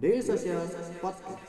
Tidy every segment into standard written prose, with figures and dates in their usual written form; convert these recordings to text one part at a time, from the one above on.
Daily Social Podcast.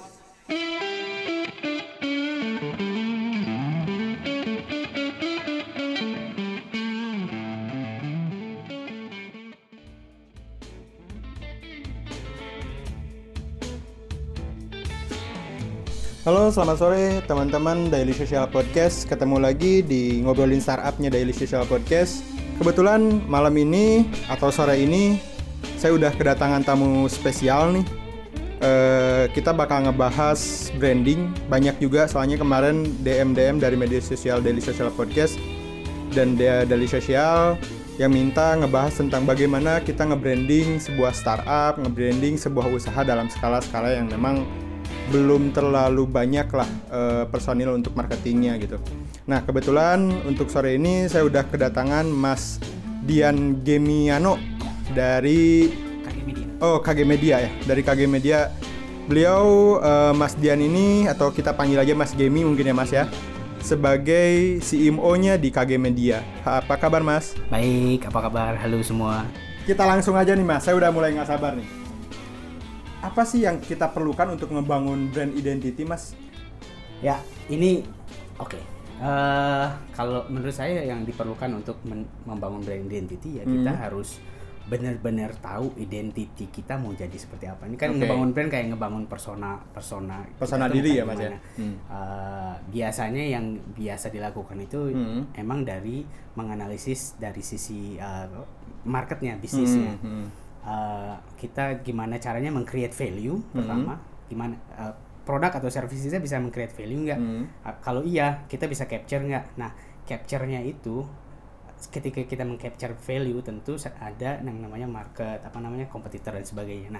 Halo, selamat sore teman-teman Daily Social Podcast. Ketemu lagi di ngobrolin startupnya Daily Social Podcast. Kebetulan malam ini atau sore ini saya udah kedatangan tamu spesial nih. Kita bakal ngebahas branding. Banyak juga soalnya kemarin DM dari media sosial Daily Social Podcast dan Daily Social yang minta ngebahas tentang bagaimana kita nge-branding sebuah startup, nge-branding sebuah usaha dalam skala-skala yang memang belum terlalu banyak lah personil untuk marketingnya gitu. Nah kebetulan untuk sore ini saya udah kedatangan Mas Dian Gemiano dari KG Media ya, dari KG Media. Beliau Mas Dian ini, atau kita panggil aja Mas Gemi mungkin ya Mas ya, sebagai CMO-nya di KG Media. Apa kabar Mas? Baik, apa kabar? Halo semua. Kita langsung aja nih Mas, saya udah mulai nggak sabar nih. Apa sih yang kita perlukan untuk ngebangun brand identity, Mas? Ya, ini oke. Kalau menurut saya yang diperlukan untuk membangun brand identity ya kita harus benar-benar tahu identity kita mau jadi seperti apa. Ini kan ngebangun brand kayak ngebangun persona diri ya, Mas ya. Biasanya yang biasa dilakukan itu emang dari menganalisis dari sisi marketnya, bisnisnya. Kita gimana caranya meng-create value pertama, gimana produk atau servicesnya bisa meng-create value nggak? Kalau iya, kita bisa capture nggak? Nah, capture-nya itu ketika kita meng-capture value tentu ada yang namanya market, kompetitor dan sebagainya. Nah,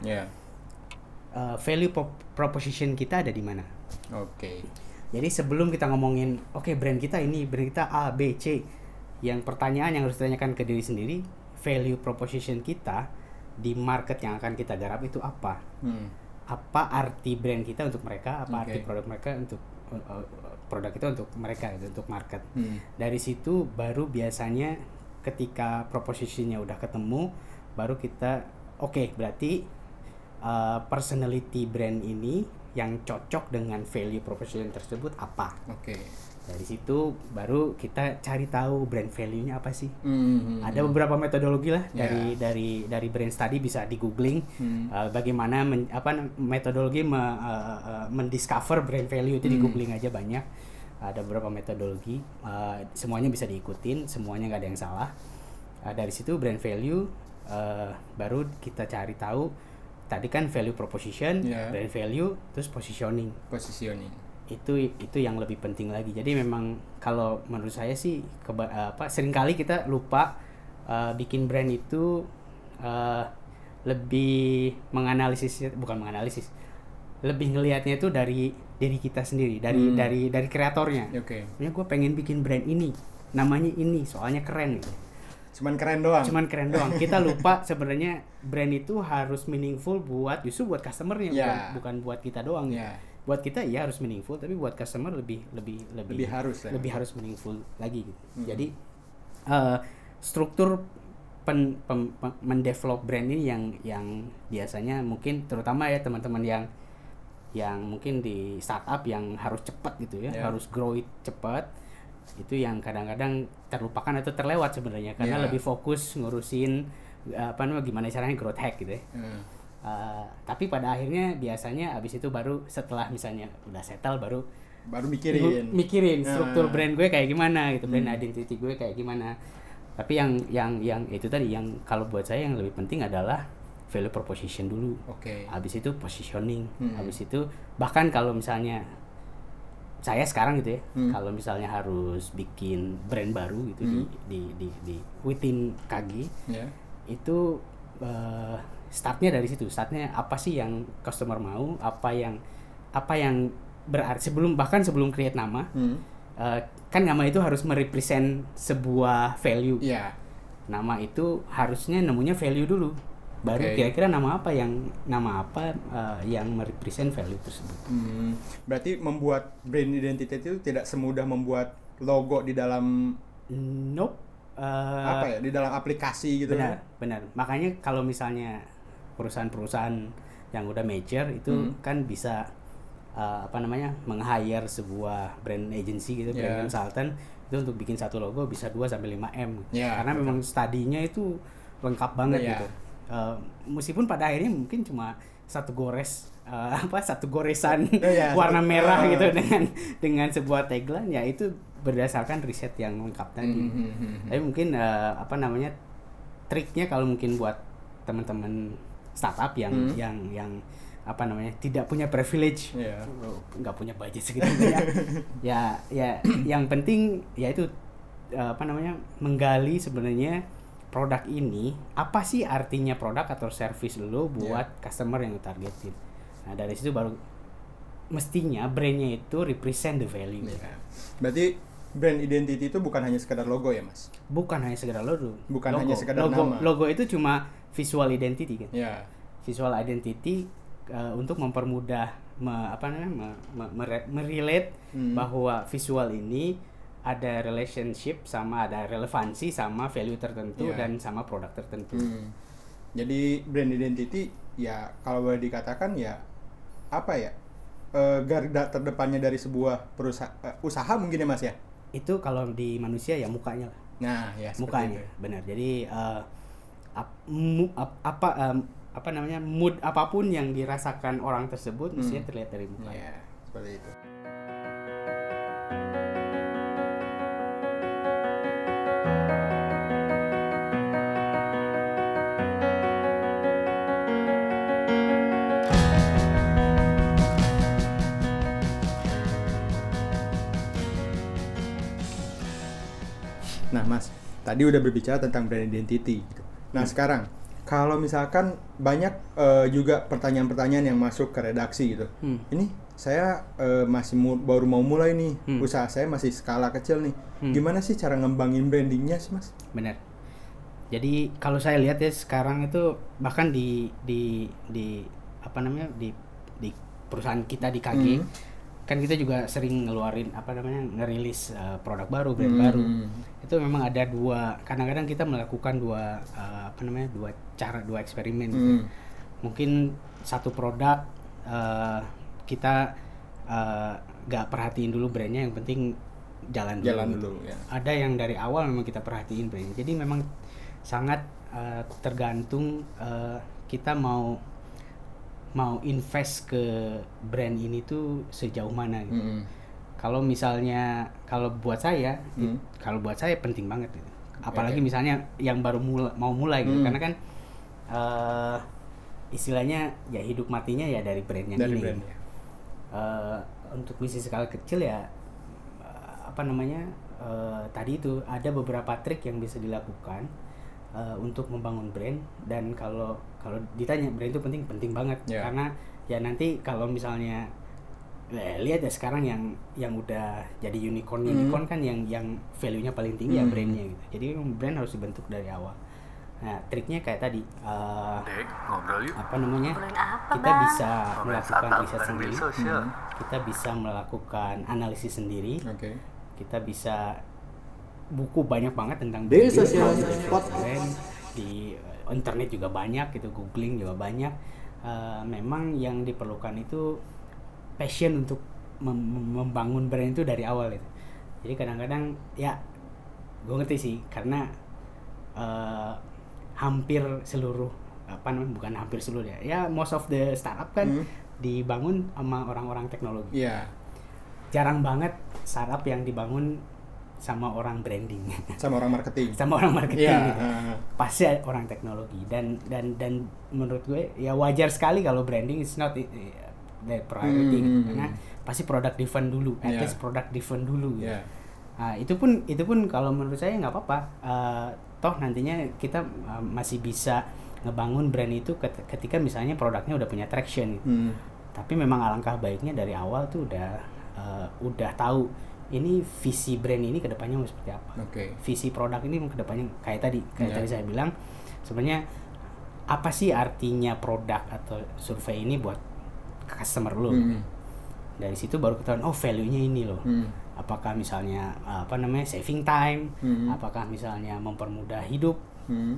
value proposition kita ada di mana? Jadi sebelum kita ngomongin brand kita ini, brand kita A, B, C, yang pertanyaan yang harus ditanyakan ke diri sendiri, value proposition kita di market yang akan kita garap itu apa? Apa arti brand kita untuk mereka? Apa arti produk mereka untuk produk kita untuk mereka, untuk market? Dari situ baru biasanya ketika propositionnya udah ketemu, baru kita berarti personality brand ini yang cocok dengan value proposition tersebut apa? Dari situ baru kita cari tahu brand value-nya apa sih. Ada beberapa metodologi lah dari brand study, bisa di googling bagaimana metodologi mendiscover brand value itu. Di googling aja banyak, ada beberapa metodologi, semuanya bisa diikutin, semuanya nggak ada yang salah. Dari situ brand value baru kita cari tahu, tadi kan value proposition, brand value, terus positioning. Itu yang lebih penting lagi. Jadi memang kalau menurut saya sih seringkali kita lupa bikin brand itu lebih lebih ngelihatnya itu dari diri kita sendiri, dari kreatornya. Maksudnya gue pengen bikin brand ini, namanya ini, soalnya keren gitu. Cuman keren doang. Kita lupa sebenarnya brand itu harus meaningful buat customernya, bukan buat kita doang. Buat kita ya harus meaningful, tapi buat customer lebih harus meaningful lagi gitu. Jadi struktur mendevelop brand ini yang biasanya mungkin terutama ya teman-teman yang mungkin di startup yang harus cepat gitu ya, harus grow it cepat, itu yang kadang-kadang terlupakan atau terlewat sebenarnya karena lebih fokus ngurusin gimana caranya growth hack gitu ya. Tapi pada akhirnya biasanya abis itu baru setelah misalnya udah settle baru mikirin struktur brand gue kayak gimana gitu, brand identity gue kayak gimana. Tapi yang itu tadi, yang kalau buat saya yang lebih penting adalah value proposition dulu. Abis itu positioning, abis itu bahkan kalau misalnya saya sekarang gitu ya, kalau misalnya harus bikin brand baru gitu di within KG, itu startnya dari situ. Startnya apa sih yang customer mau, apa yang berarti sebelum create nama. Kan nama itu harus merepresent sebuah value. Nama itu harusnya nemunya value dulu, baru kira-kira nama apa yang merepresent value tersebut. Berarti membuat brand identity itu tidak semudah membuat logo di dalam di dalam aplikasi gitu. Benar. Makanya kalau misalnya perusahaan-perusahaan yang udah major itu kan bisa meng-hire sebuah brand agency gitu, brand consultant itu untuk bikin satu logo bisa 2-5 M. Karena memang studinya itu lengkap banget gitu. Meskipun pada akhirnya mungkin cuma satu goresan warna merah gitu dengan sebuah tagline, ya itu berdasarkan riset yang lengkap tadi. Tapi mungkin triknya kalau mungkin buat teman-teman startup yang tidak punya privilege, nggak punya budget segitu ya yang penting ya itu menggali sebenarnya produk ini apa sih artinya produk atau service lo buat customer yang lo targetin. Nah dari situ baru mestinya brandnya itu represent the value. Berarti brand identity itu bukan hanya sekedar logo ya Mas? Bukan hanya sekedar logo. Hanya sekedar nama. Logo itu cuma visual identity kan. Visual identity untuk mempermudah merelate bahwa visual ini ada relationship sama ada relevansi sama value tertentu dan sama produk tertentu. Jadi brand identity ya kalau boleh dikatakan ya garda terdepannya dari sebuah usaha mungkin ya Mas ya. Itu kalau di manusia ya mukanya lah. Nah ya mukanya benar. Jadi mood apapun yang dirasakan orang tersebut mestinya terlihat dari muka. Seperti itu. Nah Mas, tadi udah berbicara tentang brand identity gitu. Nah sekarang kalau misalkan banyak juga pertanyaan-pertanyaan yang masuk ke redaksi gitu. Ini saya masih baru mau mulai nih, usaha saya masih skala kecil nih. Gimana sih cara ngembangin brandingnya sih Mas? Benar. Jadi kalau saya lihat ya sekarang itu bahkan di perusahaan kita di KG kan kita juga sering ngeluarin ngerilis produk baru, brand baru. Itu memang ada kadang-kadang kita melakukan dua eksperimen gitu. Mungkin satu produk kita gak perhatiin dulu brandnya, yang penting jalan dulu. Ada yang dari awal memang kita perhatiin brandnya. Jadi memang sangat tergantung kita mau invest ke brand ini tuh sejauh mana gitu. Kalau buat saya penting banget gitu. Apalagi misalnya yang baru mau mulai gitu. Karena kan istilahnya ya hidup matinya ya dari brandnya ini. Untuk bisnis skala kecil ya tadi itu ada beberapa trik yang bisa dilakukan untuk membangun brand. Dan kalau ditanya brand itu penting banget karena ya nanti kalau misalnya lihat ya sekarang yang udah jadi unicorn kan yang value-nya paling tinggi ya brandnya gitu. Jadi brand harus dibentuk dari awal. Nah triknya kayak tadi kita bisa melakukan riset sendiri, kita bisa melakukan analisis sendiri, kita bisa buku banyak banget tentang brand, di internet juga banyak gitu, googling juga banyak. Memang yang diperlukan itu passion untuk membangun brand itu dari awal gitu. Jadi kadang-kadang ya gue ngerti sih karena hampir seluruh bukan hampir seluruh ya most of the startup kan dibangun sama orang-orang teknologi. Jarang banget startup yang dibangun sama orang branding, sama orang marketing gitu. Pasti orang teknologi dan menurut gue ya wajar sekali kalau branding is not the priority karena pasti product driven dulu, at least product driven dulu gitu. Nah, itu pun kalau menurut saya nggak apa-apa, toh nantinya kita masih bisa ngebangun brand itu ketika misalnya produknya udah punya traction gitu. Tapi memang alangkah baiknya dari awal tuh udah tahu ini visi brand ini kedepannya mau seperti apa, visi produk ini mau kedepannya kayak tadi saya bilang sebenarnya apa sih artinya produk atau survei ini buat customer lo. Dari situ baru ketahuan value-nya ini loh. Apakah misalnya saving time, apakah misalnya mempermudah hidup,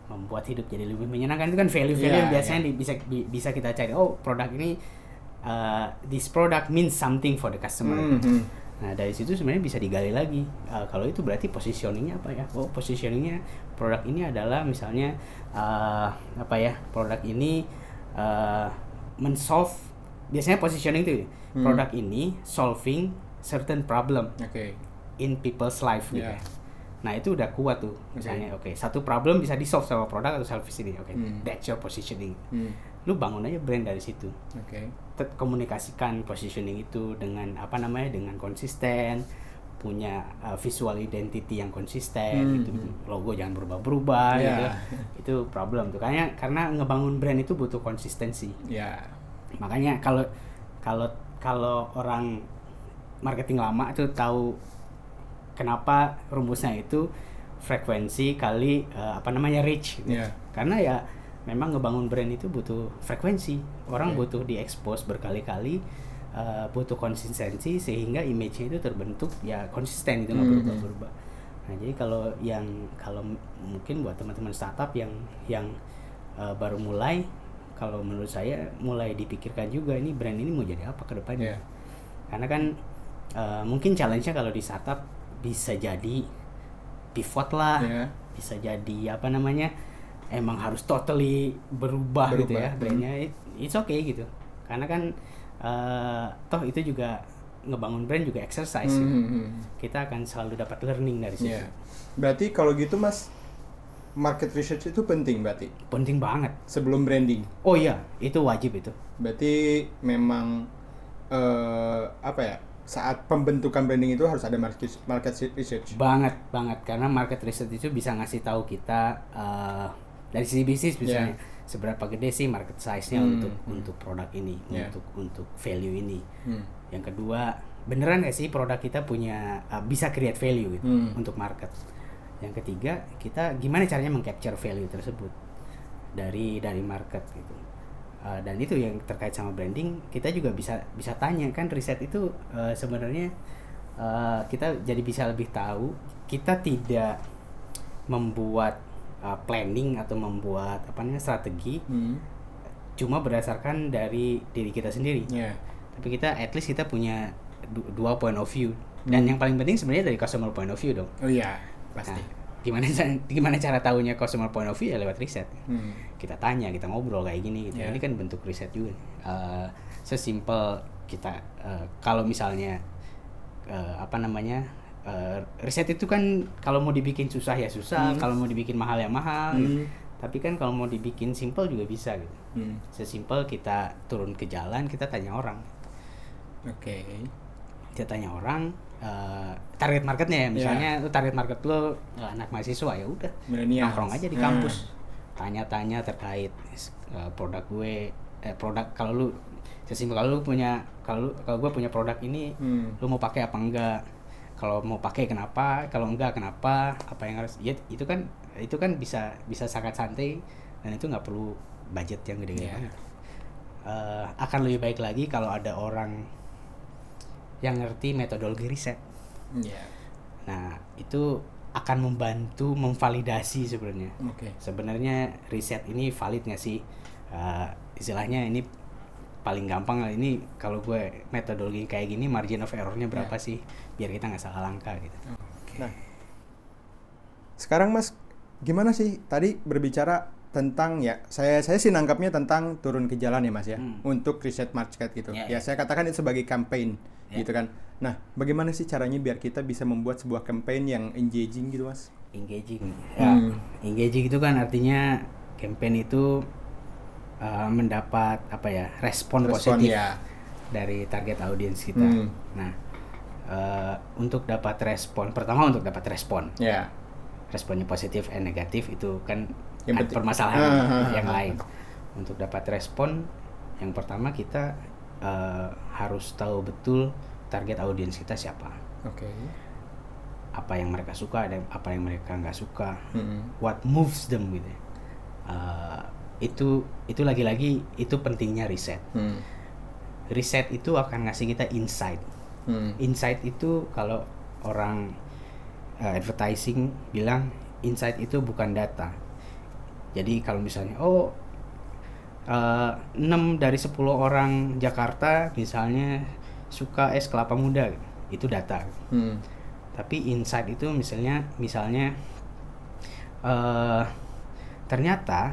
membuat hidup jadi lebih menyenangkan. Itu kan value-value yang biasanya bisa kita cari. Oh, produk ini this product means something for the customer. Nah, dari situ sebenarnya bisa digali lagi. Kalau itu berarti positioningnya apa ya? Oh, positioningnya produk ini adalah misalnya produk ini men-solve, biasanya positioning itu produk ini solving certain problem in people's life gitu. Nah, itu udah kuat tuh. Misalnya satu problem bisa di-solve sama produk atau service ini. That's your positioning. Lu bangun aja brand dari situ. Komunikasikan positioning itu dengan dengan konsisten, punya visual identity yang konsisten gitu. Logo jangan berubah-berubah gitu. Itu problem tuh. Karena ngebangun brand itu butuh konsistensi. Makanya kalau orang marketing lama itu tahu kenapa rumusnya itu frekuensi kali reach gitu. Karena ya memang ngebangun brand itu butuh frekuensi. Orang butuh diekspos berkali-kali, butuh konsistensi sehingga image-nya itu terbentuk ya konsisten gitu, nggak berubah-berubah. Nah, jadi kalau mungkin buat teman-teman startup yang baru mulai, kalau menurut saya mulai dipikirkan juga ini brand ini mau jadi apa ke depannya. Karena kan mungkin challenge-nya kalau di startup bisa jadi pivot lah, bisa jadi emang harus totally berubah gitu ya brandnya. It's okay gitu, karena kan toh itu juga ngebangun brand juga exercise gitu. Kita akan selalu dapat learning dari situ. Berarti kalau gitu Mas, market research itu penting berarti? Penting banget sebelum branding? Oh iya, itu wajib itu. Berarti memang saat pembentukan branding itu harus ada market research. Banget, karena market research itu bisa ngasih tahu kita dari sisi bisnis misalnya seberapa gede sih market size-nya untuk produk ini, untuk value ini. Yang kedua, beneran nggak sih produk kita punya bisa create value gitu untuk market. Yang ketiga, kita gimana caranya meng-capture value tersebut dari market gitu. Dan itu yang terkait sama branding, kita juga bisa tanya kan, riset itu sebenarnya kita jadi bisa lebih tahu. Kita tidak membuat planning atau membuat strategi cuma berdasarkan dari diri kita sendiri. Tapi kita at least kita punya dua point of view. Dan yang paling penting sebenarnya dari customer point of view dong. Oh iya, pasti. Gimana cara tahunya customer point of view ya lewat riset. Kita tanya, kita ngobrol kayak gini gitu. Ini kan bentuk riset juga. Sesimpel kita kalau misalnya riset itu kan kalau mau dibikin susah ya susah, kalau mau dibikin mahal ya mahal. Gitu. Tapi kan kalau mau dibikin simple juga bisa gitu. Sesimpel kita turun ke jalan, kita tanya orang. Kita tanya orang target marketnya ya, misalnya lu target market lu anak mahasiswa, ya udah nongkrong aja di kampus, tanya-tanya terkait produk gue, produk kalau lu sesimpel kalau gue punya produk ini, lu mau pakai apa enggak, kalau mau pakai kenapa, kalau enggak kenapa, apa yang harus, ya itu kan bisa sangat santai dan itu nggak perlu budget yang gede-gede banget. Akan lebih baik lagi kalau ada orang yang ngerti metodologi riset. Nah, itu akan membantu memvalidasi sebenarnya. Sebenarnya riset ini valid nggak sih? Istilahnya ini paling gampang ini kalau gue metodologi kayak gini margin of error-nya berapa sih? Biar kita nggak salah langkah gitu. Nah, sekarang Mas, gimana sih tadi berbicara tentang saya sih nangkapnya tentang turun ke jalan ya Mas ya, untuk riset market gitu. Saya katakan itu sebagai campaign gitu kan. Nah, bagaimana sih caranya biar kita bisa membuat sebuah campaign yang engaging gitu Mas? Engaging. Engaging itu kan artinya campaign itu mendapat respon positif dari target audiens kita. Nah, untuk dapat respon, responnya positif dan negatif itu kan permasalahan yang lain. Untuk dapat respon, yang pertama kita harus tahu betul target audiens kita siapa. Apa yang mereka suka dan apa yang mereka nggak suka. What moves them gitu. Itu lagi-lagi itu pentingnya riset. Riset itu akan ngasih kita insight. Insight itu kalau orang advertising bilang insight itu bukan data. Jadi kalau misalnya 6 dari 10 orang Jakarta misalnya suka es kelapa muda, itu data. Tapi insight itu misalnya ternyata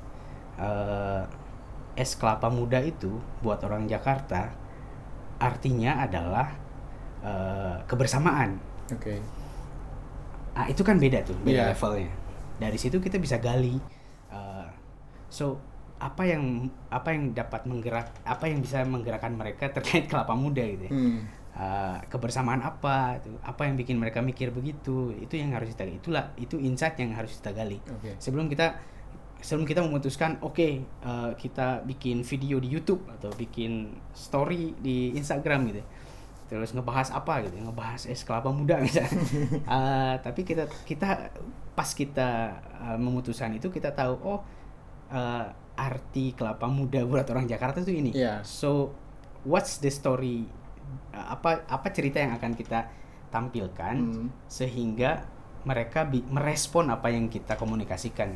es kelapa muda itu buat orang Jakarta artinya adalah kebersamaan. Oke. Itu kan beda Yeah. levelnya. Dari situ kita bisa gali. So apa yang apa yang bisa menggerakkan mereka terkait kelapa muda gitu ya. Kebersamaan apa yang bikin mereka mikir begitu, itu yang harus kita gali. Itu insight yang harus kita gali. Okay. Sebelum kita memutuskan kita bikin video di YouTube atau bikin story di Instagram gitu, terus ngebahas apa gitu, ngebahas es kelapa muda misalnya. Tapi kita pas kita memutuskan itu, kita tahu arti kelapa muda buat orang Jakarta itu ini. Yeah. So what's the story, apa cerita yang akan kita tampilkan sehingga mereka merespon apa yang kita komunikasikan.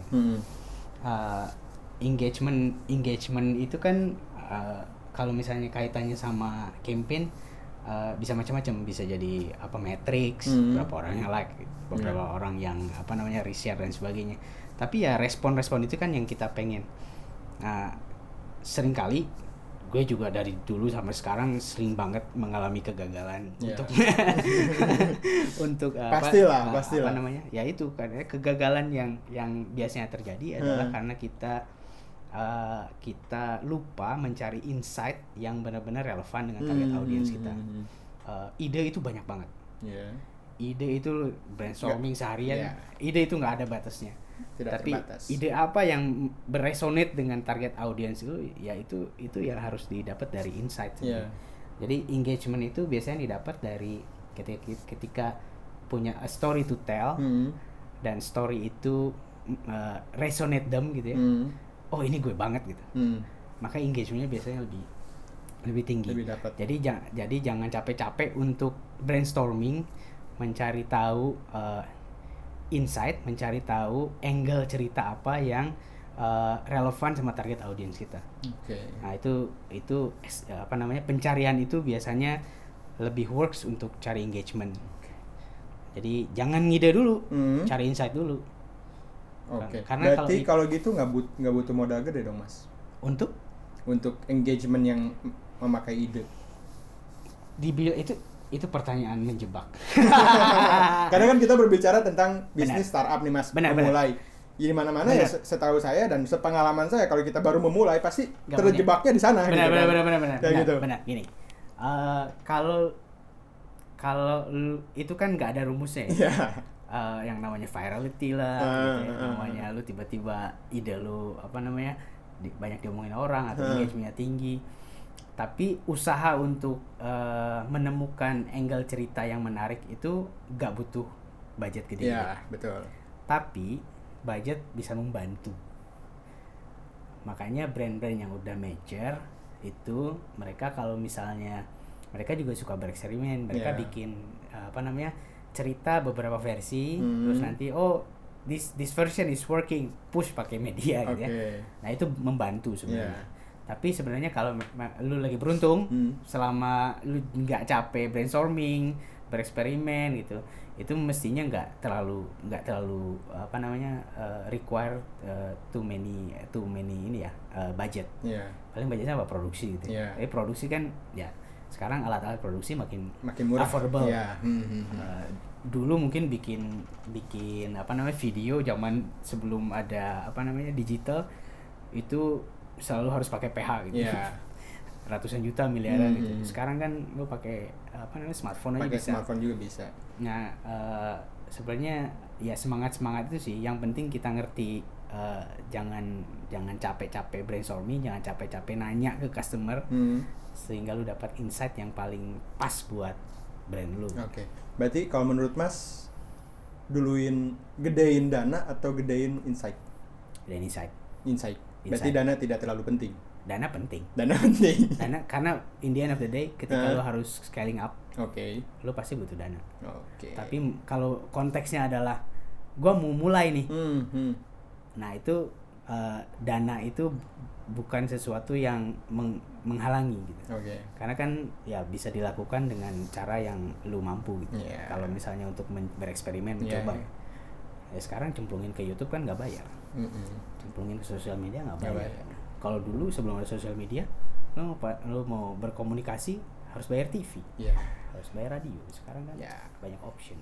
Engagement itu kan kalau misalnya kaitannya sama campaign bisa macam-macam, bisa jadi matrix, berapa orang yang like, beberapa orang yang reshare dan sebagainya. Tapi ya respon itu kan yang kita pengen. Seringkali gue juga dari dulu sampai sekarang sering banget mengalami kegagalan untuk pastilah. Ya itu karena kegagalan yang biasanya terjadi adalah karena kita lupa mencari insight yang benar-benar relevan dengan target audiens kita. Ide itu banyak banget. Ide itu brainstorming seharian. Ide itu nggak ada batasnya. Tapi terbatas. Ide apa yang beresonate dengan target audiens itu, ya itu yang harus didapat dari insight. Jadi engagement itu biasanya didapat dari ketika punya a story to tell, dan story itu resonate them gitu ya. Ini gue banget gitu. Maka engagementnya biasanya lebih tinggi. Lebih dapat. Jadi jangan capek-capek untuk brainstorming, mencari tahu insight, mencari tahu angle cerita apa yang relevan sama target audiens kita. Nah itu pencarian itu biasanya lebih works untuk cari engagement. Jadi jangan ngide dulu, cari insight dulu. Karena berarti kalau gitu nggak butuh modal gede dong, Mas? Untuk engagement yang memakai ide. Itu pertanyaan menjebak. Karena kan kita berbicara tentang bisnis startup nih, Mas. Memulai. Di mana-mana ya setahu saya dan sepengalaman saya, kalau kita baru memulai pasti terjebaknya di sana. Benar. Gitu. Benar. Gini. Kalau itu kan nggak ada rumusnya ya. Yang namanya virality lah, gitu ya. Namanya lu tiba-tiba ide lu banyak diomongin orang atau engagementnya tinggi. Tapi usaha untuk menemukan angle cerita yang menarik itu gak butuh budget gede. Iya, betul. Tapi budget bisa membantu. Makanya brand-brand yang udah mature itu mereka kalau misalnya mereka juga suka bereksperimen, mereka bikin cerita beberapa versi, terus nanti this version is working, push pakai media gitu ya. Nah itu membantu sebenarnya. Tapi sebenarnya kalau lu lagi beruntung, selama lu nggak capek brainstorming, bereksperimen gitu, itu mestinya nggak terlalu require too many ini ya budget. Paling budgetnya apa, produksi gitu. Tapi produksi kan ya sekarang alat-alat produksi makin murah, affordable. Dulu mungkin bikin video zaman sebelum ada digital itu selalu harus pakai PH gitu. Ratusan juta, miliaran gitu. Sekarang kan lu pakai smartphone aja bisa. Smartphone juga bisa. Nah, sebenarnya ya semangat itu sih. Yang penting kita ngerti, jangan capek-capek brainstorming, jangan capek-capek nanya ke customer, sehingga lu dapat insight yang paling pas buat brand lu. Berarti kalau menurut Mas, gedein dana atau gedein insight? Gedein insight. Berarti dana tidak terlalu penting. Dana penting. Dana karena in the end of the day ketika lu harus scaling up, lu pasti butuh dana. Tapi kalau konteksnya adalah gua mau mulai nih. Nah, itu dana itu bukan sesuatu yang menghalangi gitu. Karena kan ya bisa dilakukan dengan cara yang lu mampu gitu. Kalau misalnya untuk bereksperimen mencoba, ya sekarang cemplungin ke YouTube kan nggak bayar, cemplungin ke sosial media nggak bayar. Kalau dulu sebelum ada sosial media, lu mau berkomunikasi harus bayar TV, harus bayar radio. Sekarang kan banyak option.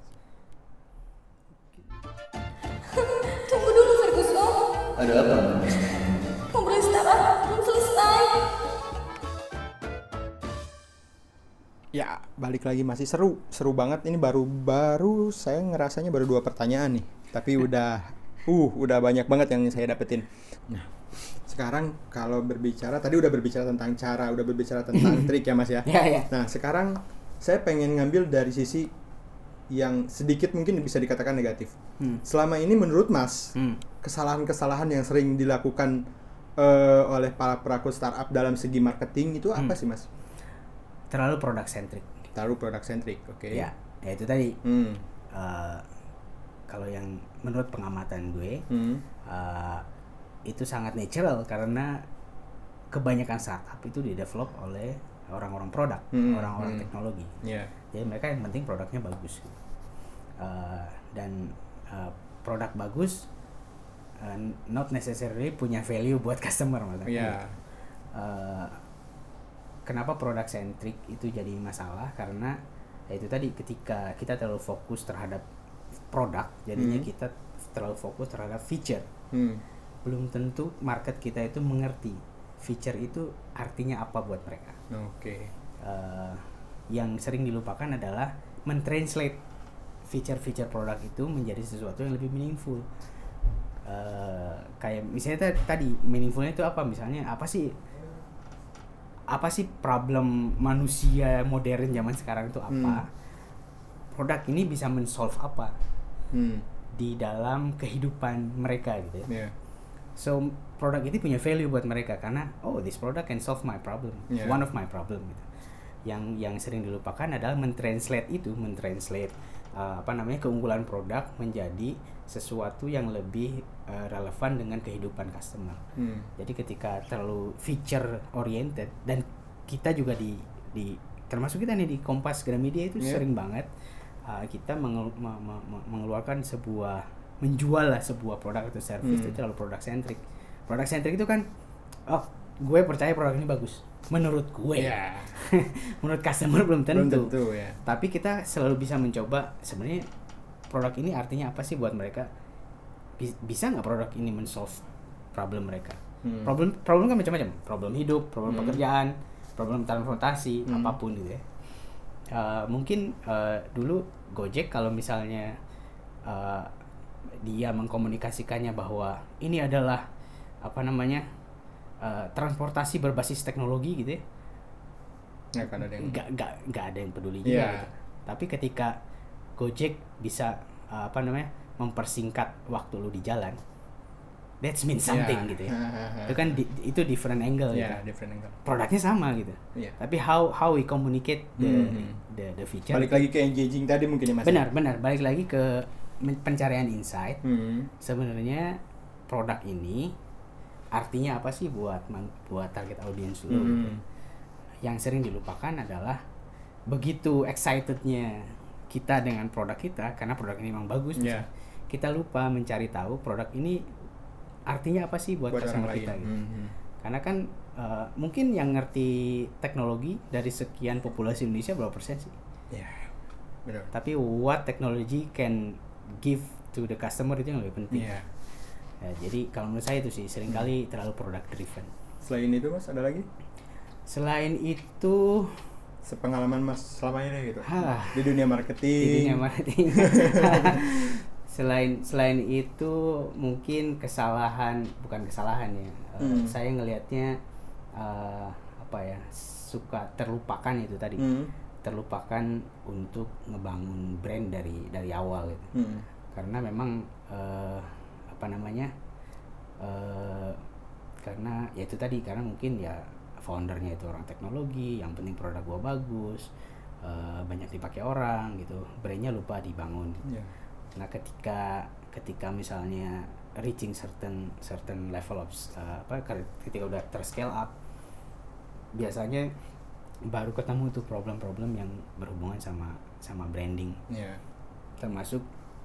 Tunggu dulu Ferguson. Ada apa? Ngobrolin startup belum selesai. Ya, balik lagi masih seru banget. Ini baru saya ngerasanya baru 2 pertanyaan nih. Tapi udah banyak banget yang saya dapetin. Nah, sekarang kalau berbicara, tadi udah berbicara tentang cara, udah berbicara tentang trik ya Mas ya. Nah, sekarang saya pengen ngambil dari sisi yang sedikit mungkin bisa dikatakan negatif. Selama ini menurut Mas, kesalahan-kesalahan yang sering dilakukan oleh para pelaku startup dalam segi marketing itu apa sih Mas? Terlalu product centric. Oke. Ya itu tadi. Kalau yang menurut pengamatan gue, itu sangat natural karena kebanyakan startup itu didevelop oleh orang-orang produk, orang-orang teknologi. Jadi mereka yang penting produknya bagus. Dan produk bagus not necessarily punya value buat customer maksudnya. Kenapa product centric itu jadi masalah? Karena ya itu tadi, ketika kita terlalu fokus terhadap produk, jadinya kita terlalu fokus terhadap feature. Belum tentu market kita itu mengerti feature itu artinya apa buat mereka. Yang sering dilupakan adalah mentranslate feature-feature produk itu menjadi sesuatu yang lebih meaningful. Kayak misalnya tadi meaningfulnya itu apa? Misalnya apa sih problem manusia modern zaman sekarang itu apa? Produk ini bisa men-solve apa di dalam kehidupan mereka gitu ya. So produk itu punya value buat mereka karena this product can solve my problem, one of my problem gitu. Yang sering dilupakan adalah mentranslate keunggulan produk menjadi sesuatu yang lebih relevan dengan kehidupan customer. Jadi ketika terlalu feature oriented, dan kita juga di termasuk kita nih di Kompas Gramedia itu sering banget kita mengeluarkan menjual sebuah produk atau service itu terlalu product centric. Product centric itu kan gue percaya produk ini bagus menurut gue. Menurut customer belum tentu Tapi kita selalu bisa mencoba sebenarnya produk ini artinya apa sih buat mereka. Bisa nggak produk ini men-solve problem mereka? Problem kan macam-macam, problem hidup, problem pekerjaan, problem transportasi, apapun gitu ya. Mungkin dulu Gojek kalau misalnya dia mengkomunikasikannya bahwa ini adalah transportasi berbasis teknologi gitu ya, nggak ada yang peduli juga gitu. Tapi ketika Gojek bisa mempersingkat waktu lu di jalan, that's mean something gitu ya. Itu kan itu different angle gitu. Different angle. Produknya sama gitu. Tapi how we communicate the feature. Balik lagi ke engaging tadi mungkin ya Mas. Benar. Balik lagi ke pencarian insight. Sebenarnya produk ini artinya apa sih buat target audience lu gitu. Yang sering dilupakan adalah begitu excitednya kita dengan produk kita karena produk ini memang bagus. Kita lupa mencari tahu produk ini artinya apa sih buat customer kita gitu. Karena kan mungkin yang ngerti teknologi dari sekian populasi Indonesia berapa persen sih? Benar. Tapi what technology can give to the customer itu yang lebih penting. Jadi kalau menurut saya itu sih seringkali terlalu product driven. Selain itu Mas ada lagi? Selain itu, sepengalaman Mas selama ini gitu di dunia marketing. Selain itu mungkin bukan kesalahan ya. Saya ngelihatnya suka terlupakan itu tadi. Terlupakan untuk ngebangun brand dari awal gitu. Karena memang karena ya itu tadi, karena mungkin ya foundernya itu orang teknologi, yang penting produk gua bagus, banyak dipakai orang gitu, brandnya lupa dibangun. Nah ketika misalnya reaching certain level of ketika udah scale up, biasanya baru ketemu tuh problem-problem yang berhubungan sama branding. Termasuk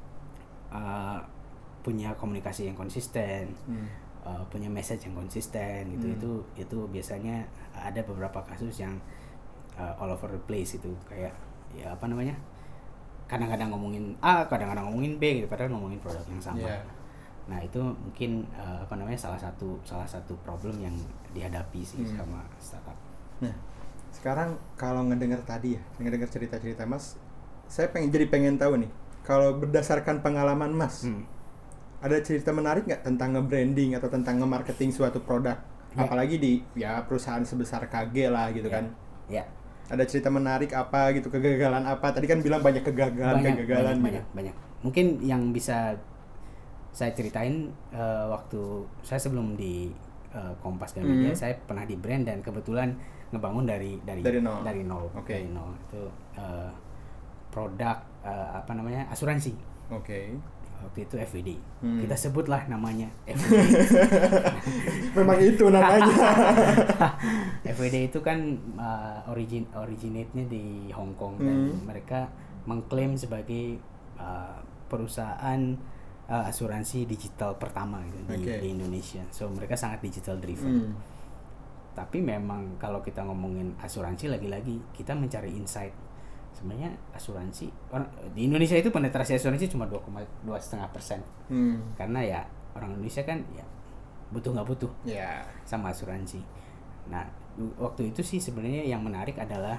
punya komunikasi yang konsisten, punya message yang konsisten gitu. Itu biasanya ada beberapa kasus yang all over the place itu, kayak ya apa namanya, kadang-kadang ngomongin A, kadang-kadang ngomongin B gitu, padahal ngomongin produk yang sama. Nah itu mungkin salah satu problem yang dihadapi sih sama startup. Nah sekarang kalau ngedengar cerita-cerita Mas, saya pengen tahu nih, kalau berdasarkan pengalaman Mas, ada cerita menarik nggak tentang nge-branding atau tentang nge-marketing suatu produk? Apalagi di perusahaan sebesar KG lah gitu kan. Ada cerita menarik apa gitu, kegagalan apa? Tadi kan bilang banyak kegagalan. Banyak. Mungkin yang bisa saya ceritain, waktu saya sebelum di Kompas Gramedia, saya pernah di brand dan kebetulan ngebangun dari nol. Dari nol. Itu produk asuransi. Waktu itu FWD. Kita sebutlah namanya FWD. Memang itu namanya. FWD itu kan originate-nya di Hong Kong, dan mereka mengklaim sebagai perusahaan asuransi digital pertama gitu di Indonesia. So mereka sangat digital driven. Tapi memang kalau kita ngomongin asuransi, lagi-lagi kita mencari insight. Sebenarnya asuransi di Indonesia itu penetrasi asuransi cuma 2,5%. Karena ya orang Indonesia kan ya butuh nggak butuh sama asuransi. Nah waktu itu sih sebenarnya yang menarik adalah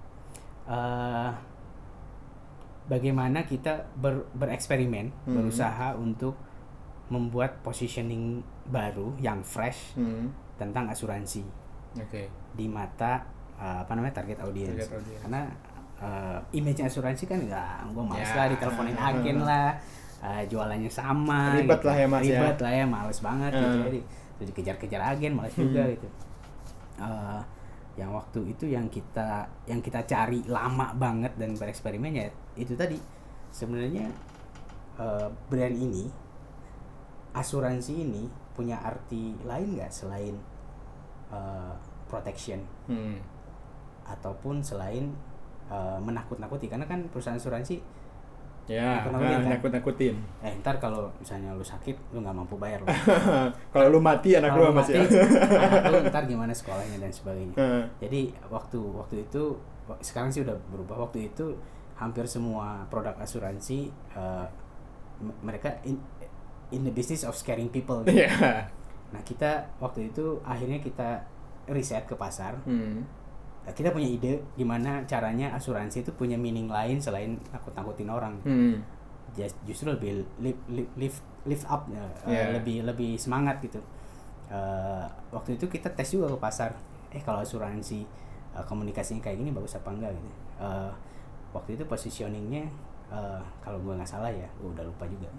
bagaimana kita bereksperimen, berusaha untuk membuat positioning baru yang fresh tentang asuransi di mata target audience. Karena image asuransi kan gue males lah diteleponin agen lah, jualannya sama, ribet lah ya males banget gitu, jadi dikejar-kejar agen males juga gitu. Yang waktu itu yang kita cari lama banget dan bereksperimen ya itu tadi, sebenarnya brand ini, asuransi ini punya arti lain nggak selain protection ataupun selain menakut-nakuti, karena kan perusahaan asuransi nakut-nakutin. Ntar kalau misalnya lu sakit lu nggak mampu bayar lu. Kalau lu mati anak lu masih anak lu ntar gimana sekolahnya dan sebagainya. Jadi waktu itu, sekarang sih udah berubah. Waktu itu hampir semua produk asuransi mereka in the business of scaring people gitu. Nah kita waktu itu akhirnya kita riset ke pasar. Kita punya ide gimana caranya asuransi itu punya meaning lain selain nakut-nakutin orang. Justru lebih lift up, lebih semangat gitu. Waktu itu kita tes juga ke pasar. Kalau asuransi komunikasinya kayak gini bagus apa enggak gitu. Waktu itu positioningnya kalau gue nggak salah ya, gue udah lupa juga.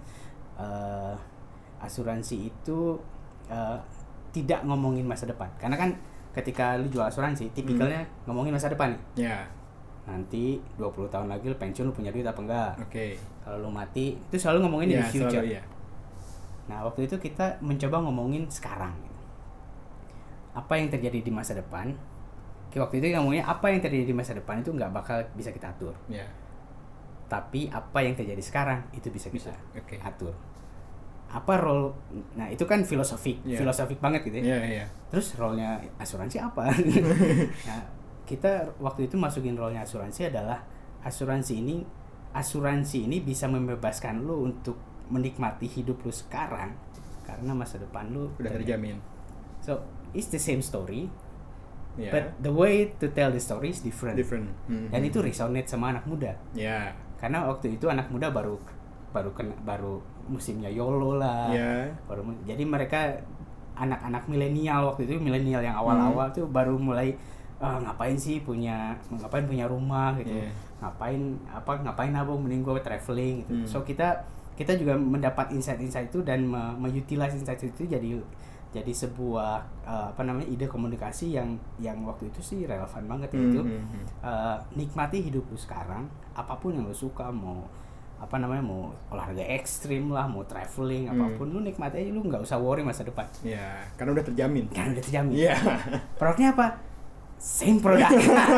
Asuransi itu tidak ngomongin masa depan, karena kan ketika lu jual asuransi, tipikalnya ngomongin masa depan nih. Nanti 20 tahun lagi lu pensiun, lu punya duit apa enggak? Kalau lu mati, itu selalu ngomongin in the future. Nah, waktu itu kita mencoba ngomongin sekarang. Apa yang terjadi di masa depan? Waktu itu ngomongnya apa yang terjadi di masa depan itu nggak bakal bisa kita atur. Tapi apa yang terjadi sekarang itu bisa kita atur. Apa role, nah itu kan filosofik banget gitu ya. Terus role-nya asuransi apa? Nah, kita waktu itu masukin role-nya asuransi adalah asuransi ini bisa membebaskan lu untuk menikmati hidup lu sekarang karena masa depan lu udah terjamin. So it's the same story, but the way to tell the story is different. Dan itu resonate sama anak muda. Karena waktu itu anak muda baru musimnya YOLO lah. Jadi mereka anak-anak milenial waktu itu, milenial yang awal-awal tuh baru mulai ngapain punya rumah gitu. Ngapain nabung, mending gue traveling gitu. So kita juga mendapat insight-insight itu dan mengutilize insight itu jadi sebuah ide komunikasi yang waktu itu sih relevan banget. Nikmati hidup lu sekarang, apapun yang lu suka, mau mau olahraga ekstrim lah, mau traveling apapun, lu nikmati aja, lu nggak usah worry masa depan. Ya, karena udah terjamin. Iya. Produknya apa? Same product.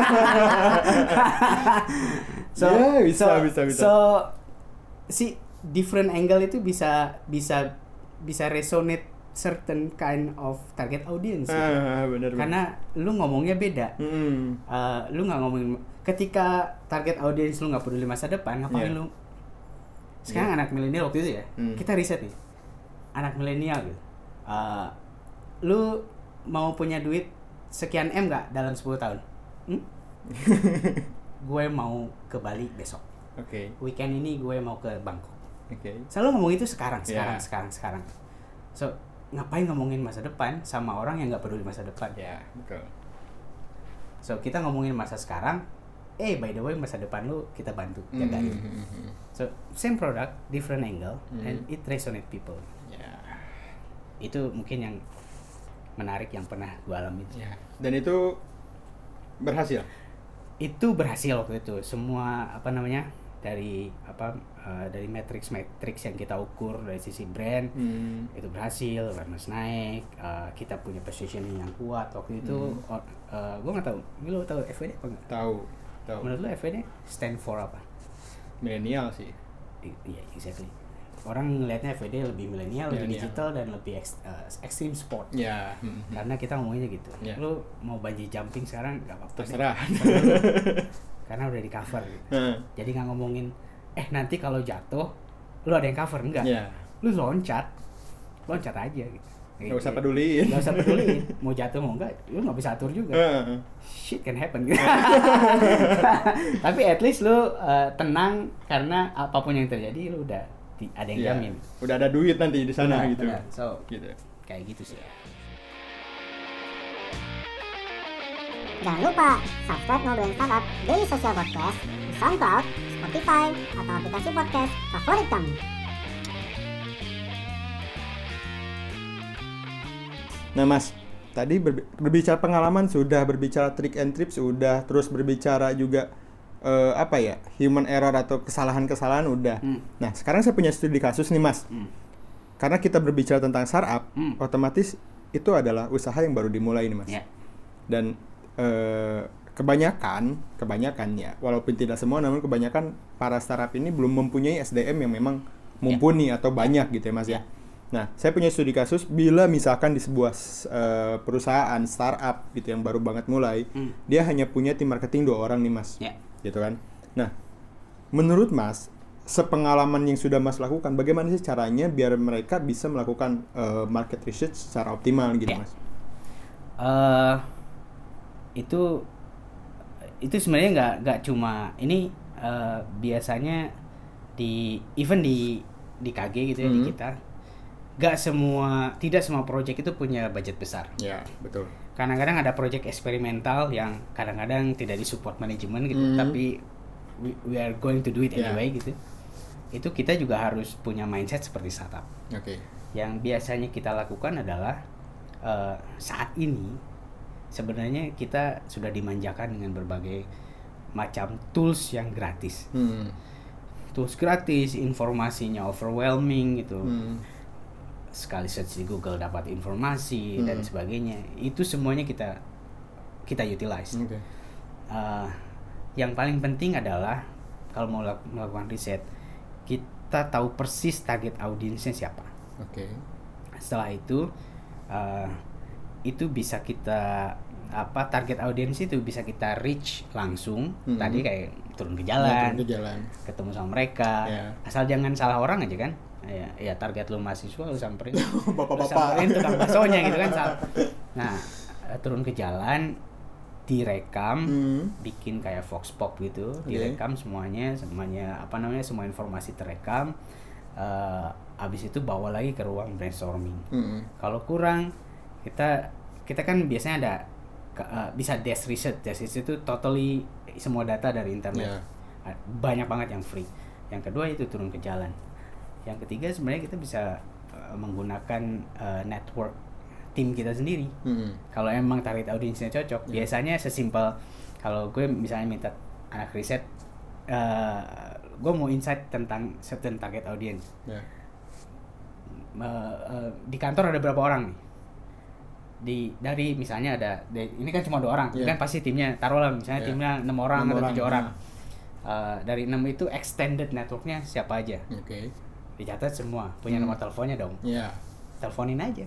bisa. So si different angle itu bisa resonate certain kind of target audience. Benar. Karena lu ngomongnya beda. Lu nggak ngomongin ketika target audience lu nggak peduli masa depan, ngapain lu? Sekarang anak milenial waktu itu ya, kita riset nih, anak milenial gitu, lu mau punya duit sekian M nggak dalam 10 tahun? Gue mau ke Bali besok. Weekend ini gue mau ke Bangkok. Selalu ngomong itu sekarang. So ngapain ngomongin masa depan sama orang yang nggak peduli masa depan? Betul. So kita ngomongin masa sekarang. By the way, masa depan lu kita bantu jagain. So same product, different angle, and it resonate people. Itu mungkin yang menarik yang pernah gue alami. Dan itu berhasil. Itu berhasil waktu itu. Semua dari matrix yang kita ukur dari sisi brand itu berhasil, awareness naik, kita punya positioning yang kuat waktu itu. Gue nggak tahu, lu tahu FWD apa nggak? Tahu. Menurut lu FWD stand for apa? Milenial sih. Iya, exactly. Orang ngelihatnya FWD lebih milenial, lebih digital dan lebih extreme sport. Karena kita ngomongnya gitu. Lu mau bungee jumping sekarang nggak apa-apa. Terserah. Karena udah di cover gitu. Jadi nggak ngomongin nanti kalau jatuh lu ada yang cover, enggak. Lu loncat aja gitu. Nggak usah peduliin. Mau jatuh mau enggak, lu nggak bisa atur juga. Shit can happen gitu. Tapi at least lu tenang karena apapun yang terjadi lu udah ada yang jamin. Udah ada duit nanti di sana gitu. So gitu. Kayak gitu sih. Jangan lupa subscribe Ngobrolin Startup Daily Social Podcast di SoundCloud, Spotify, atau aplikasi podcast favorit kamu. Nah Mas, tadi berbicara pengalaman sudah, berbicara trick and tips sudah, terus berbicara juga human error atau kesalahan-kesalahan udah. Nah sekarang saya punya studi kasus nih Mas. Karena kita berbicara tentang startup, otomatis itu adalah usaha yang baru dimulai nih Mas. Dan kebanyakan ya, walaupun tidak semua, namun kebanyakan para startup ini belum mempunyai SDM yang memang mumpuni atau banyak gitu ya Mas ya. Nah, saya punya studi kasus bila misalkan di sebuah perusahaan startup gitu yang baru banget mulai, dia hanya punya tim marketing 2 orang nih Mas, gitu kan. Nah, menurut Mas, sepengalaman yang sudah Mas lakukan, bagaimana sih caranya biar mereka bisa melakukan market research secara optimal gitu Mas? Itu sebenarnya nggak cuma ini, biasanya di KG gitu ya, di kita. Tidak semua project itu punya budget besar. Ya, betul. Kadang-kadang ada project eksperimental yang kadang-kadang tidak disupport manajemen gitu, tapi we are going to do it anyway gitu. Itu kita juga harus punya mindset seperti startup. Yang biasanya kita lakukan adalah saat ini sebenarnya kita sudah dimanjakan dengan berbagai macam tools yang gratis. Tools gratis, informasinya overwhelming gitu. Sekali search di Google dapat informasi dan sebagainya. Itu semuanya kita utilize. Yang paling penting adalah kalau mau melakukan riset, kita tahu persis target audiensnya siapa. Setelah itu bisa kita target audiens itu bisa kita reach langsung. Tadi kayak turun ke jalan, ketemu sama mereka. Asal jangan salah orang aja kan. Ya target lu mahasiswa lu samperin bapak-bapak, tukang baksonya gitu kan. Nah, turun ke jalan, direkam, bikin kayak vox pop gitu, direkam semuanya semua informasi terekam. Habis itu bawa lagi ke ruang brainstorming. Kalau kurang, kita kan biasanya ada bisa desk research itu totally semua data dari internet. Banyak banget yang free. Yang kedua itu turun ke jalan. Yang ketiga sebenarnya kita bisa menggunakan network tim kita sendiri. Kalau emang target audiensnya cocok, biasanya sesimpel kalau gue misalnya minta anak riset, gue mau insight tentang certain target audience. Di kantor ada berapa orang nih? Dari misalnya ini kan cuma 2 orang, kan pasti timnya taruhlah misalnya timnya 6 orang atau 7 orang. Dari 6 itu extended networknya siapa aja? Dicatat semua, punya nomor teleponnya dong. Teleponin aja.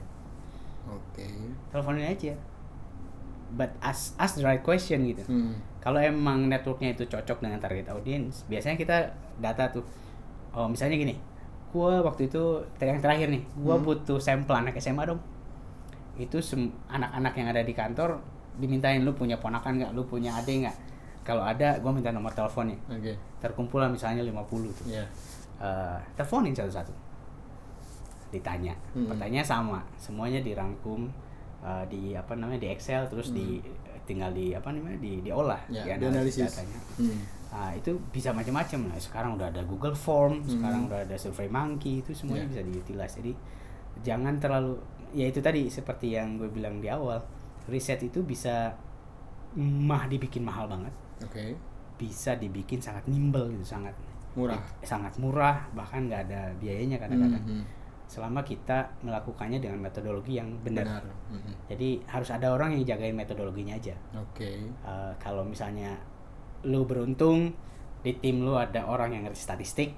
Teleponin aja. But ask the right question gitu. Kalau emang networknya itu cocok dengan target audience, biasanya kita data tuh. Oh misalnya gini, gua waktu itu yang terakhir nih, gua butuh sampel anak SMA dong. Itu anak-anak yang ada di kantor dimintain, lu punya ponakan nggak, lu punya adik nggak? Kalau ada, gue minta nomor teleponnya. Terkumpul lah misalnya 50 tuh. Teleponin satu-satu. Ditanya, pertanyaannya sama, semuanya dirangkum di di Excel, terus tinggal diolah, dianalisis datanya. Itu bisa macam-macam. Nah, sekarang udah ada Google Form, sekarang udah ada SurveyMonkey, itu semuanya bisa diutilize. Jadi jangan terlalu, ya itu tadi seperti yang gue bilang di awal, riset itu bisa dibikin mahal banget, bisa dibikin sangat nimble gitu, sangat murah, bahkan nggak ada biayanya kadang-kadang. Selama kita melakukannya dengan metodologi yang benar. Jadi harus ada orang yang jagain metodologinya aja. Kalau misalnya lu beruntung di tim lu ada orang yang ngerti statistik,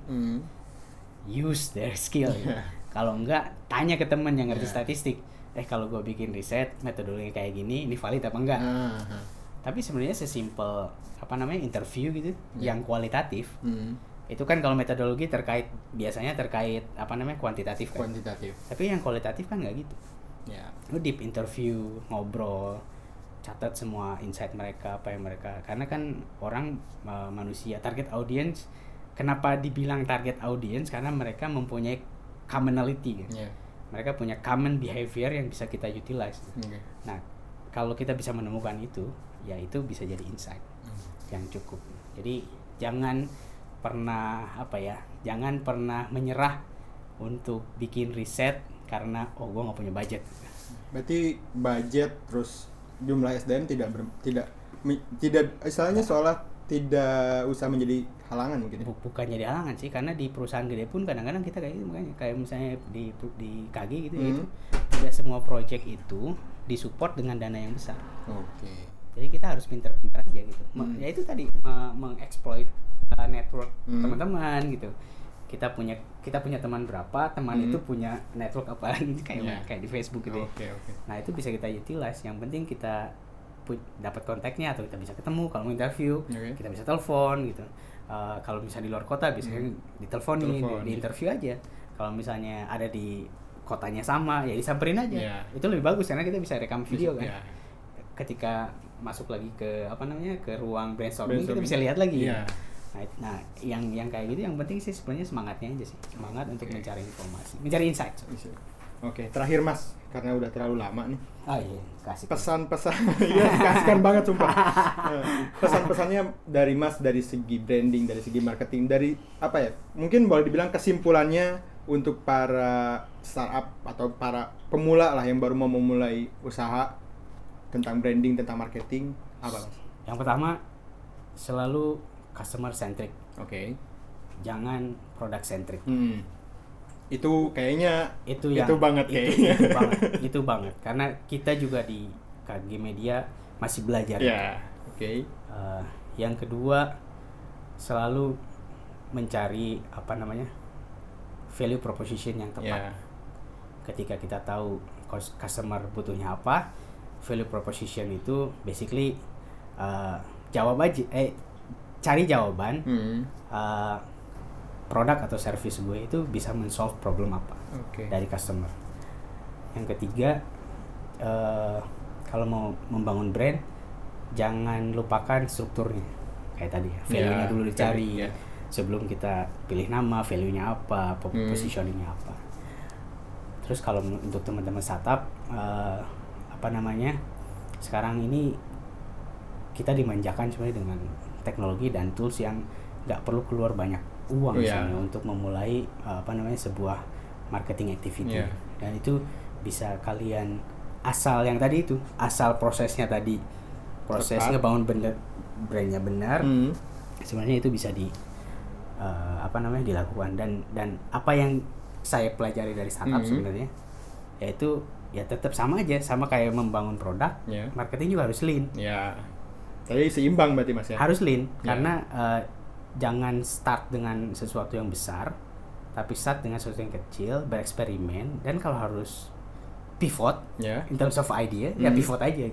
use their skill. Kalau enggak, tanya ke teman yang ngerti statistik. Kalau gue bikin riset metodologi kayak gini, ini valid apa enggak? Tapi sebenarnya sesimpel interview gitu, yang kualitatif. Itu kan kalau metodologi biasanya terkait kuantitatif kan. Tapi yang kualitatif kan nggak gitu. Lu deep interview, ngobrol, catat semua insight mereka, apa yang mereka, karena kan orang manusia target audience. Kenapa dibilang target audience? Karena mereka mempunyai commonality kan. Mereka punya common behavior yang bisa kita utilize. Nah, kalau kita bisa menemukan itu, ya itu bisa jadi insight yang cukup. Jadi jangan pernah menyerah untuk bikin riset karena gue nggak punya budget. Berarti budget terus jumlah SDM tidak istilahnya seolah tidak usah menjadi halangan mungkin. Bukan jadi halangan sih, karena di perusahaan gede pun kadang-kadang kita kayak gitu, makanya kayak misalnya di KG gitu ya, itu tidak semua project itu disupport dengan dana yang besar. Jadi kita harus pintar-pintar aja gitu. Ya itu tadi mengeksploit network teman-teman gitu. Kita punya teman berapa, teman itu punya network apa lagi kayak di Facebook gitu. Nah, itu bisa kita utilize. Yang penting kita dapat kontaknya atau kita bisa ketemu. Kalau mau interview, kita bisa telepon gitu. Kalau misalnya di luar kota biasanya diteleponin, di interview aja. Kalau misalnya ada di kotanya sama, ya disamperin aja. Itu lebih bagus karena kita bisa rekam video kan. Ketika masuk lagi ke ke ruang brainstorming, kita bisa lihat lagi. Nah, yang kayak gitu yang penting sih sebenarnya semangatnya aja sih. Semangat untuk mencari informasi, mencari insight. Terakhir Mas, karena udah terlalu lama nih. Kasih pesan-pesan. Iya, kasihkan banget sumpah. Pesan-pesannya dari Mas dari segi branding, dari segi marketing, dari mungkin boleh dibilang kesimpulannya untuk para startup atau para pemula lah yang baru mau memulai usaha tentang branding, tentang marketing, apa Mas? Yang pertama, selalu customer centric. Jangan product centric. Itu kayaknya itu banget. Itu banget karena kita juga di KG Media masih belajar. Yang kedua, selalu mencari value proposition yang tepat. Ketika kita tahu customer butuhnya apa, value proposition itu basically cari jawaban produk atau service gue itu bisa men-solve problem apa dari customer. Yang ketiga, kalau mau membangun brand, jangan lupakan strukturnya. Kayak tadi, value-nya dulu dicari. Sebelum kita pilih nama, value-nya apa, positioning-nya apa. Terus kalau untuk teman-teman startup, sekarang ini kita dimanjakan sebenarnya dengan teknologi dan tools yang nggak perlu keluar banyak uang misalnya untuk memulai sebuah marketing activity. Dan itu bisa kalian asal prosesnya tadi, proses ngebangun brandnya benar, sebenarnya itu bisa dilakukan, dan apa yang saya pelajari dari startup sebenarnya yaitu ya tetap sama aja, sama kayak membangun produk, marketing juga harus lean. Jadi seimbang berarti Mas ya. Harus lean karena jangan start dengan sesuatu yang besar, tapi start dengan sesuatu yang kecil, bereksperimen, dan kalau harus pivot in terms of idea ya pivot aja.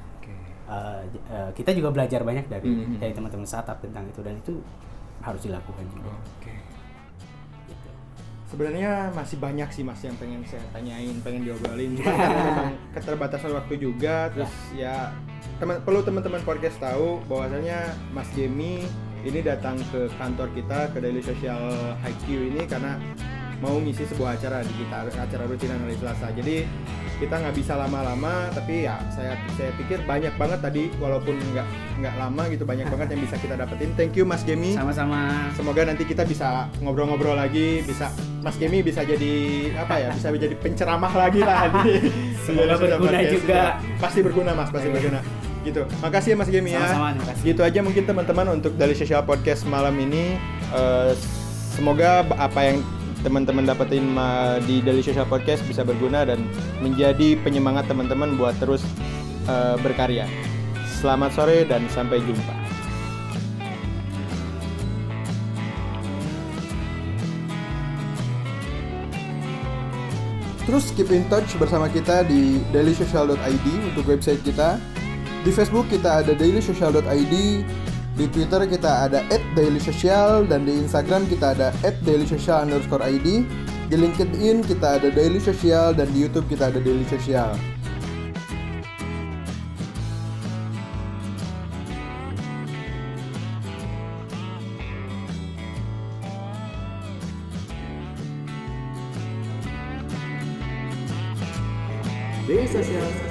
Kita juga belajar banyak dari teman-teman startup tentang itu, dan itu harus dilakukan juga. Gitu. Sebenarnya masih banyak sih Mas yang pengen saya tanyain, pengen diobrolin, cuma karena memang keterbatasan waktu juga. Terus ya perlu teman-teman podcast tahu bahwasanya Mas Jemi ini datang ke kantor kita, ke Daily Social HiQ ini karena mau ngisi sebuah acara di kita, acara rutinan hari Selasa. Jadi kita nggak bisa lama-lama, tapi ya saya pikir banyak banget tadi, walaupun nggak lama gitu, banyak banget yang bisa kita dapetin. Thank you Mas Jemi. Sama-sama. Semoga nanti kita bisa ngobrol-ngobrol lagi, bisa Mas Jemi bisa jadi bisa jadi penceramah lagi lah. Semoga berguna juga. Ya, pasti berguna Mas, pasti berguna. Gitu. Makasih ya Mas Jemi ya. Sama-sama. Gitu aja mungkin teman-teman untuk Daily Social Podcast malam ini. Semoga apa yang teman-teman dapetin di Daily Social Podcast bisa berguna dan menjadi penyemangat teman-teman buat terus berkarya. Selamat sore dan sampai jumpa. Terus keep in touch bersama kita di dailysocial.id untuk website kita. Di Facebook kita ada dailysocial.id, di Twitter kita ada @dailysocial, dan di Instagram kita ada @dailysocial_id. Di LinkedIn kita ada Daily Social, dan di YouTube kita ada Daily Social. Daily Social